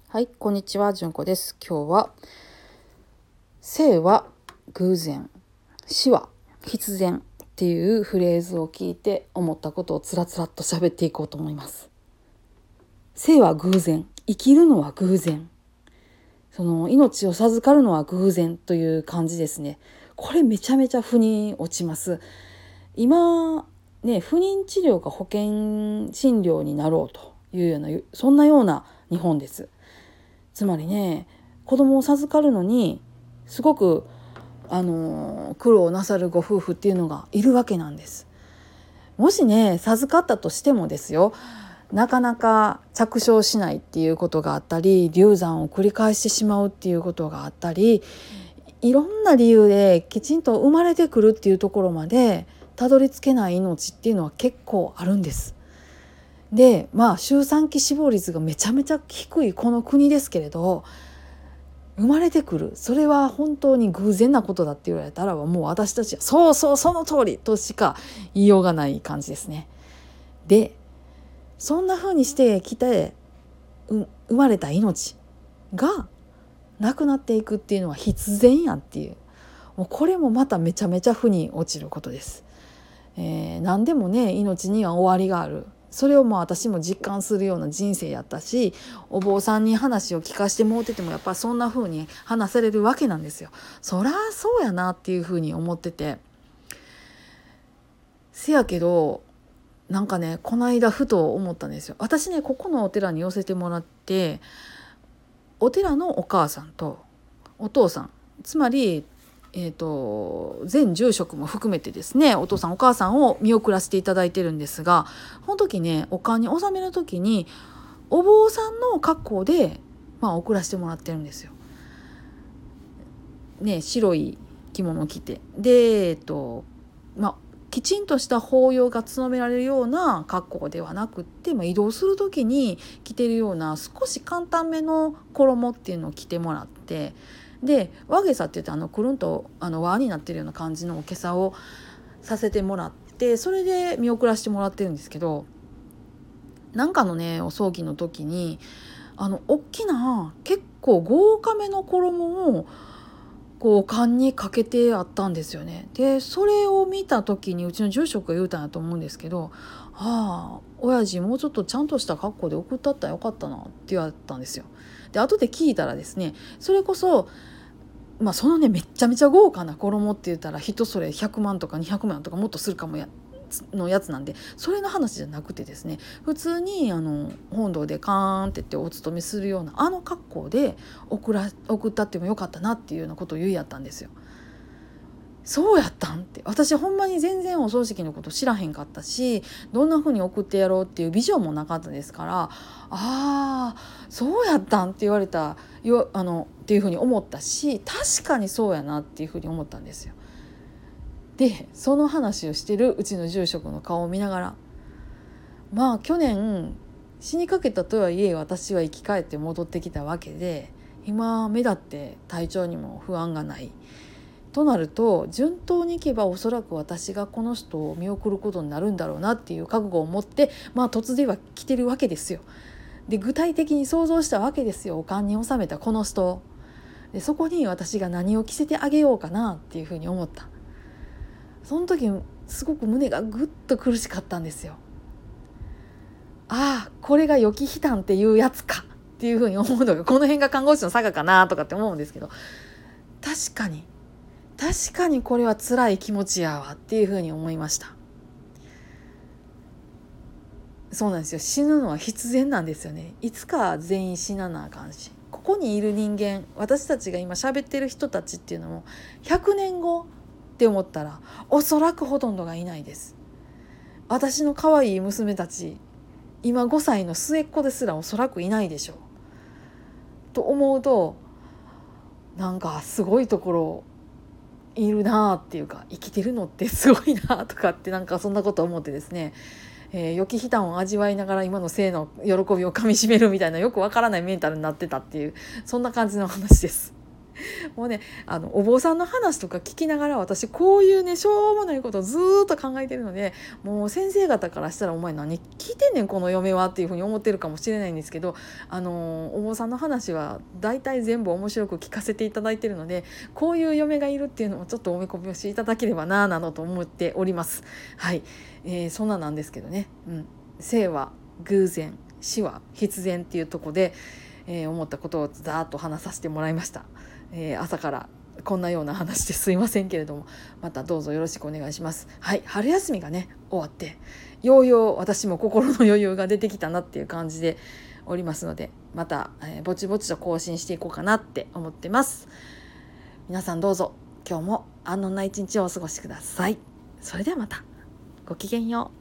はい、こんにちは、じゅんこです。今日は生は偶然、死は必然っていうフレーズを聞いて思ったことをつらつらっと喋っていこうと思います。生は偶然、生きるのは偶然、その命を授かるのは偶然という感じですね。これめちゃめちゃ腑に落ちます。今ね、不妊治療が保険診療になろうというような、そんなような日本です。つまりね、子供を授かるのにすごく苦労なさるご夫婦っていうのがいるわけなんです。もしね、授かったとしてもですよ、なかなか着床しないっていうことがあったり、流産を繰り返してしまうっていうことがあったり、いろんな理由できちんと生まれてくるっていうところまでたどり着けない命っていうのは結構あるんです。で、周産期死亡率がめちゃめちゃ低いこの国ですけれど、生まれてくる、それは本当に偶然なことだって言われたら、もう私たちはそうそうその通りとしか言いようがない感じですね。で、そんな風にしてきて生まれた命がなくなっていくっていうのは必然やっていう、もうこれもまためちゃめちゃ負に落ちることです。何でもね、命には終わりがある。それを私も実感するような人生やったし、お坊さんに話を聞かしてもらっててもやっぱそんな風に話されるわけなんですよ。そらそうやなっていう風に思ってて、せやけどなんかね、この間ふと思ったんですよ。私ね、ここのお寺に寄せてもらって、お寺のお母さんとお父さん、つまり全住職も含めてですね、お父さんお母さんを見送らせていただいてるんですが、この時ね、お棺に納める時にお坊さんの格好で送らせてもらってるんですよ。ね、白い着物を着て、できちんとした法要が務められるような格好ではなくって、移動する時に着てるような少し簡単めの衣っていうのを着てもらって、で和袈裟って言ってくるんと輪になってるような感じのお袈裟をさせてもらって、それで見送らせてもらってるんですけど、なんかのね、お葬儀の時に大きな結構豪華めの衣をこう缶にかけてあったんですよね。でそれを見た時にうちの住職が言うたんやと思うんですけど、親父もうちょっとちゃんとした格好で送ったったらよかったなって言われたんですよ。で後で聞いたらですね、それこそそのね、めっちゃめちゃ豪華な衣って言ったら人それ100万とか200万とかもっとするかものやつなんで、それの話じゃなくてですね、普通に本堂でカーンって言ってお勤めするような格好で送ったってもよかったなっていうようなことを言いやったんですよ。そうやったんって、私ほんまに全然お葬式のこと知らへんかったし、どんな風に送ってやろうっていうビジョンもなかったですから、そうやったんって言われたっていう風に思ったし、確かにそうやなっていう風に思ったんですよ。でその話をしてるうちの住職の顔を見ながら、去年死にかけたとはいえ私は生き返って戻ってきたわけで、今目立って体調にも不安がないとなると、順当にいけばおそらく私がこの人を見送ることになるんだろうなっていう覚悟を持って、突然は来てるわけですよ。で具体的に想像したわけですよ、お棺に収めたこの人で、そこに私が何を着せてあげようかなっていうふうに思った。その時すごく胸がぐっと苦しかったんですよ。これが予期悲嘆っていうやつかっていうふうに思うのが、この辺が看護師の坂かなとかって思うんですけど、確かにこれは辛い気持ちやわっていうふうに思いました。そうなんですよ、死ぬのは必然なんですよね。いつか全員死ななあかんし、ここにいる人間、私たちが今喋ってる人たちっていうのも100年後って思ったらおそらくほとんどがいないです。私の可愛い娘たち、今5歳の末っ子ですらおそらくいないでしょうと思うと、なんかすごいところいるなっていうか、生きてるのってすごいなとかって、なんかそんなこと思ってですね、予期悲嘆を味わいながら今の生の喜びをかみしめるみたいな、よくわからないメンタルになってたっていう、そんな感じの話です。 もうねお坊さんの話とか聞きながら私こういうねしょうもないことをずっと考えてるので、もう先生方からしたらお前何聞いてんねんこの嫁はっていうふうに思ってるかもしれないんですけど、お坊さんの話は大体全部面白く聞かせていただいてるので、こういう嫁がいるっていうのをちょっとお見込みをしていただければなどと思っております。はい、そんななんですけどね、生は偶然死は必然っていうところで、思ったことをざーっと話させてもらいました。朝からこんなような話ですいませんけれども、またどうぞよろしくお願いします。はい、春休みがね終わってようよう私も心の余裕が出てきたなっていう感じでおりますので、また、ぼちぼちと更新していこうかなって思ってます。皆さんどうぞ今日も安穏な一日をお過ごしください。それではまた。ごきげんよう。